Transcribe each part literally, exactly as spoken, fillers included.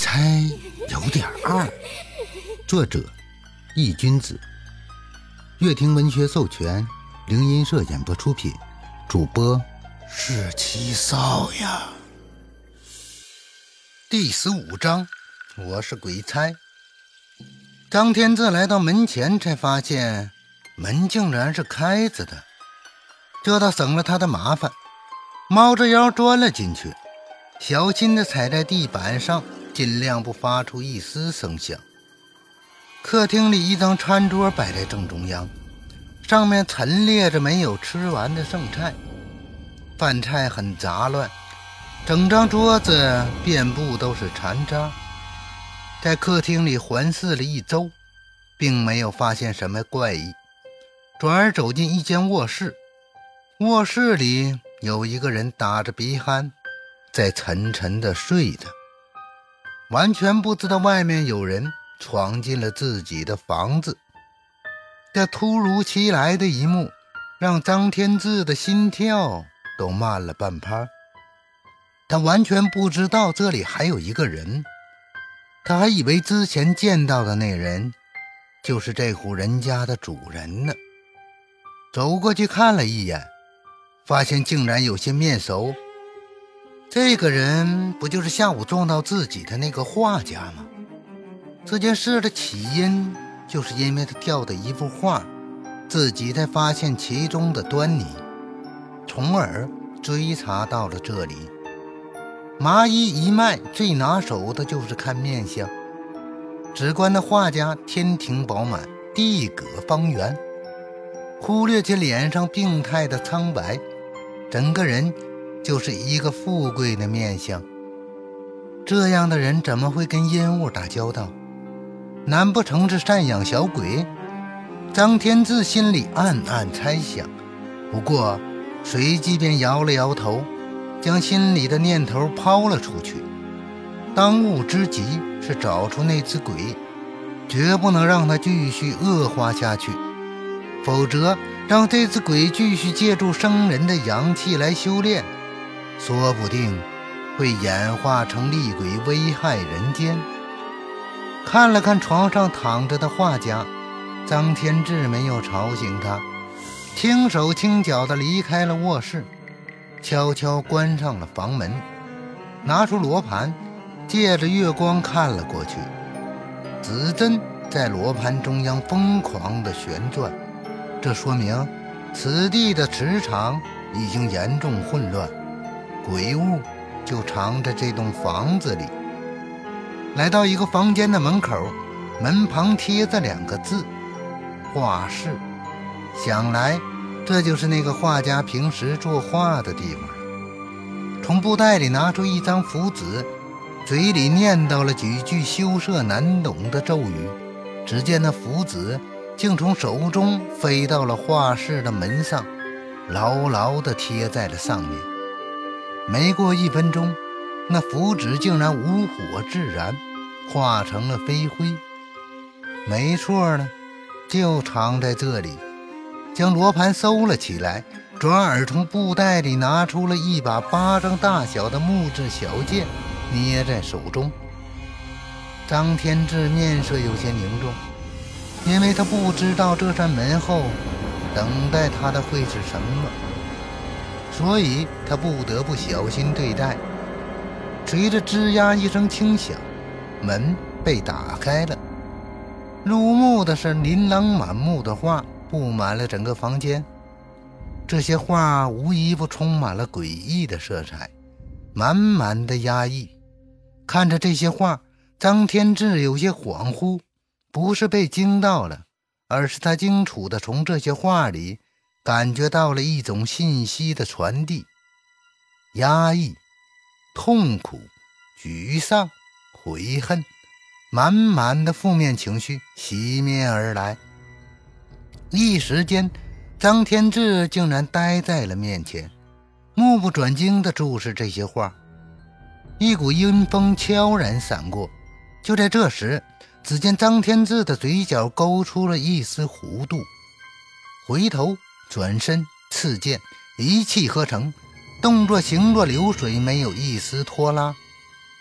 猜有点二，作者易君子，乐听文学授权，灵音社演播出品，主播是七少呀。第十五章，我是鬼差。张天志来到门前，才发现门竟然是开着的，这倒省了他的麻烦，猫着腰钻了进去，小心地踩在地板上，尽量不发出一丝声响。客厅里一张餐桌摆在正中央，上面陈列着没有吃完的剩菜，饭菜很杂乱，整张桌子遍布都是残渣。在客厅里环视了一周，并没有发现什么怪异，转而走进一间卧室。卧室里有一个人打着鼻鼾，在沉沉地睡着，完全不知道外面有人闯进了自己的房子。这突如其来的一幕让张天志的心跳都慢了半拍，他完全不知道这里还有一个人，他还以为之前见到的那人就是这户人家的主人呢。走过去看了一眼，发现竟然有些面熟，这个人不就是下午撞到自己的那个画家吗？这件事的起因就是因为他掉的一幅画，自己才发现其中的端倪，从而追查到了这里。麻衣一脉最拿手的就是看面相，只观那画家天庭饱满，地阁方圆，忽略其脸上病态的苍白，整个人就是一个富贵的面相。这样的人怎么会跟阴物打交道？难不成是赡养小鬼？张天志心里暗暗猜想，不过随即便摇了摇头，将心里的念头抛了出去。当务之急是找出那只鬼，绝不能让他继续恶化下去，否则让这只鬼继续借助生人的阳气来修炼，说不定会演化成厉鬼，危害人间。看了看床上躺着的画家，张天志没有吵醒他，轻手轻脚地离开了卧室，悄悄关上了房门，拿出罗盘，借着月光看了过去。指针在罗盘中央疯狂地旋转，这说明此地的磁场已经严重混乱，鬼物就藏在这栋房子里。来到一个房间的门口，门旁贴着两个字：画室。想来这就是那个画家平时作画的地方。从布袋里拿出一张符纸，嘴里念叨了几句羞涩难懂的咒语，只见那符纸竟从手中飞到了画室的门上，牢牢地贴在了上面。没过一分钟，那符纸竟然无火自燃，化成了飞灰。没错了，就藏在这里。将罗盘收了起来，转而从布袋里拿出了一把巴掌大小的木质小剑，捏在手中。张天志面色有些凝重，因为他不知道这扇门后等待他的会是什么，所以他不得不小心对待。随着吱呀一声轻响，门被打开了。入目的是琳琅满目的画，布满了整个房间。这些画无一不充满了诡异的色彩，满满的压抑。看着这些画，张天志有些恍惚，不是被惊到了，而是他清楚地从这些画里感觉到了一种信息的传递。压抑、痛苦、沮丧、悔恨，满满的负面情绪袭面而来。一时间，张天志竟然呆在了面前，目不转睛地注视这些画。一股阴风悄然闪过，就在这时，只见张天志的嘴角勾出了一丝弧度，回头转身刺剑，一气呵成，动作行若流水，没有一丝拖拉。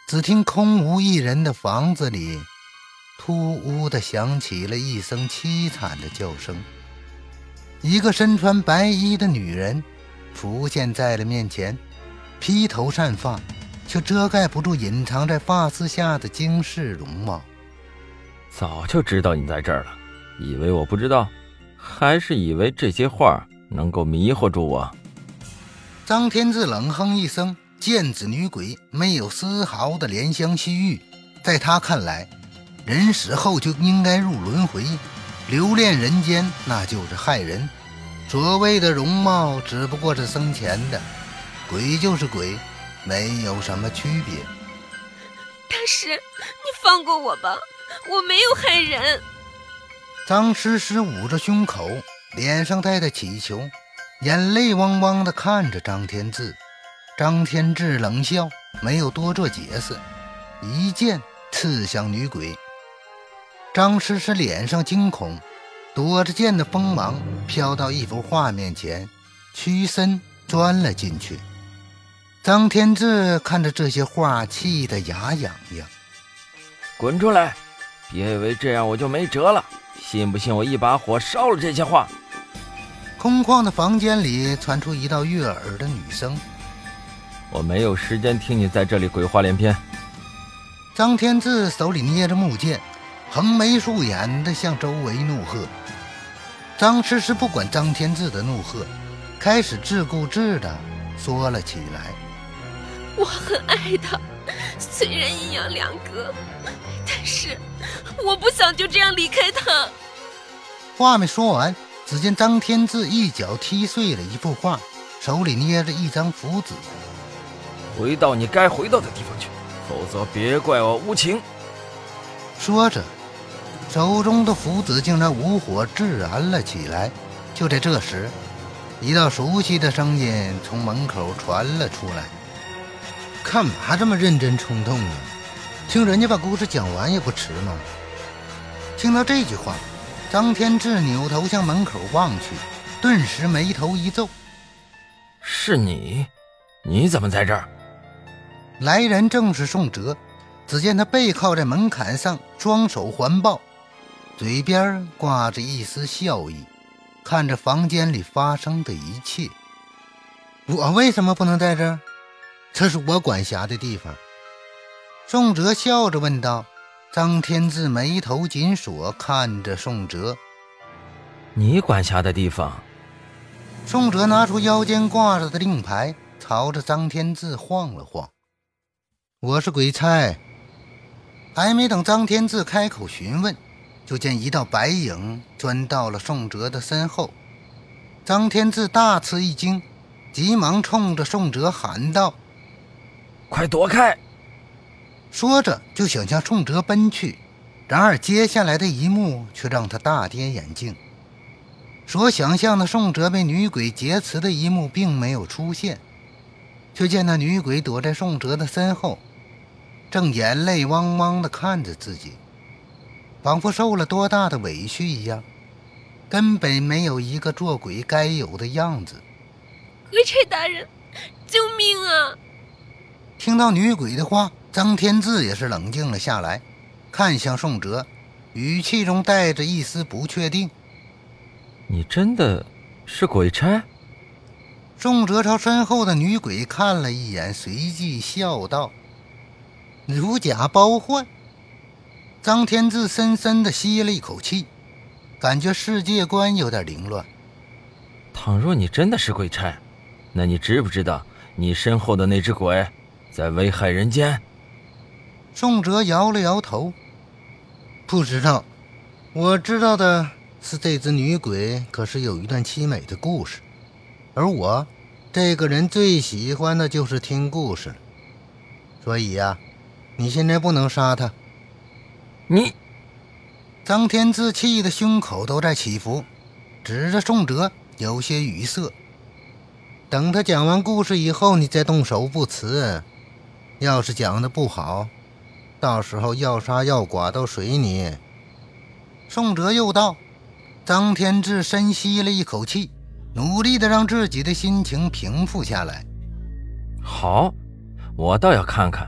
只听空无一人的房子里突兀地响起了一声凄惨的叫声。一个身穿白衣的女人浮现在了面前，披头散发，却遮盖不住隐藏在发丝下的惊世容貌。 早就知道你在这儿了，以为我不知道，还是以为这些话能够迷惑住我。 张天志冷哼一声，剑指女鬼没有丝毫的怜香惜玉，在他看来，人死后就应该入轮回，留恋人间那就是害人。所谓的容貌只不过是生前的，鬼就是鬼，没有什么区别。 大师，你放过我吧，我没有害人。 张诗诗捂着胸口，脸上带着乞求，眼泪汪汪地看着张天志。张天志冷笑，没有多做解释，一剑刺向女鬼。张诗诗脸上惊恐，躲着剑的锋芒飘到一幅画面前，屈身钻了进去。张天志看着这些画，气得牙痒痒。 滚出来，别以为这样我就没辙了，信不信我一把火烧了这些画。 空旷的房间里传出一道悦耳的女声。 我没有时间听你在这里鬼话连篇。 张天志手里捏着木剑，横眉竖眼地向周围怒喝。张诗诗不管张天志的怒喝，开始自顾自地说了起来。 我很爱他，虽然阴阳两隔，但是我不想就这样离开他。 话没说完，只见张天志一脚踢碎了一幅画，手里捏着一张符纸。 回到你该回到的地方去，否则别怪我无情。 说着，手中的符纸竟然无火自燃了起来。就在这时，一道熟悉的声音从门口传了出来。干嘛这么认真冲动啊？听人家把故事讲完也不迟吗？听到这句话，张天志扭头向门口望去，顿时眉头一皱。 是你？你怎么在这儿？ 来人正是宋哲，只见他背靠在门槛上，双手环抱，嘴边挂着一丝笑意，看着房间里发生的一切。我为什么不能在这儿？这是我管辖的地方。宋哲笑着问道。张天志眉头紧锁，看着宋哲。 你管辖的地方？ 宋哲拿出腰间挂着的令牌，朝着张天志晃了晃。我是鬼差。还没等张天志开口询问，就见一道白影钻到了宋哲的身后。张天志大吃一惊，急忙冲着宋哲喊道： 快躲开！ 说着就想向宋哲奔去，然而接下来的一幕却让他大跌眼镜。所想象的宋哲被女鬼劫持的一幕并没有出现，却见那女鬼躲在宋哲的身后，正眼泪汪汪地看着自己，仿佛受了多大的委屈一样，根本没有一个做鬼该有的样子。 鬼差大人，救命啊！ 听到女鬼的话，张天志也是冷静了下来，看向宋哲，语气中带着一丝不确定。 你真的是鬼差？ 宋哲朝身后的女鬼看了一眼，随即笑道：如假包换。张天志深深地吸了一口气，感觉世界观有点凌乱。 倘若你真的是鬼差，那你知不知道你身后的那只鬼在危害人间？ 宋哲摇了摇头，不知道。我知道的是这只女鬼可是有一段凄美的故事，而我这个人最喜欢的就是听故事了，所以呀、啊，你现在不能杀她。 你…… 张天志气的胸口都在起伏，指着宋哲有些语塞。等他讲完故事以后，你再动手不迟。要是讲的不好，到时候要杀要剐都随你。宋哲又道。张天志深吸了一口气，努力地让自己的心情平复下来。 好，我倒要看看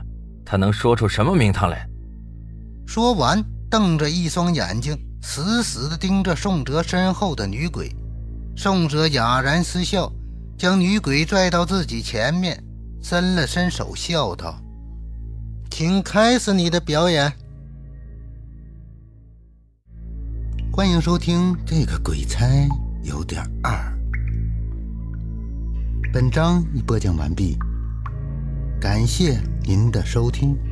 他能说出什么名堂来？ 说完，瞪着一双眼睛，死死地盯着宋哲身后的女鬼。宋哲哑然失笑，将女鬼拽到自己前面，伸了伸手，笑道：“请开始你的表演。”欢迎收听这个鬼差有点二。本章已播讲完毕，感谢您的收听。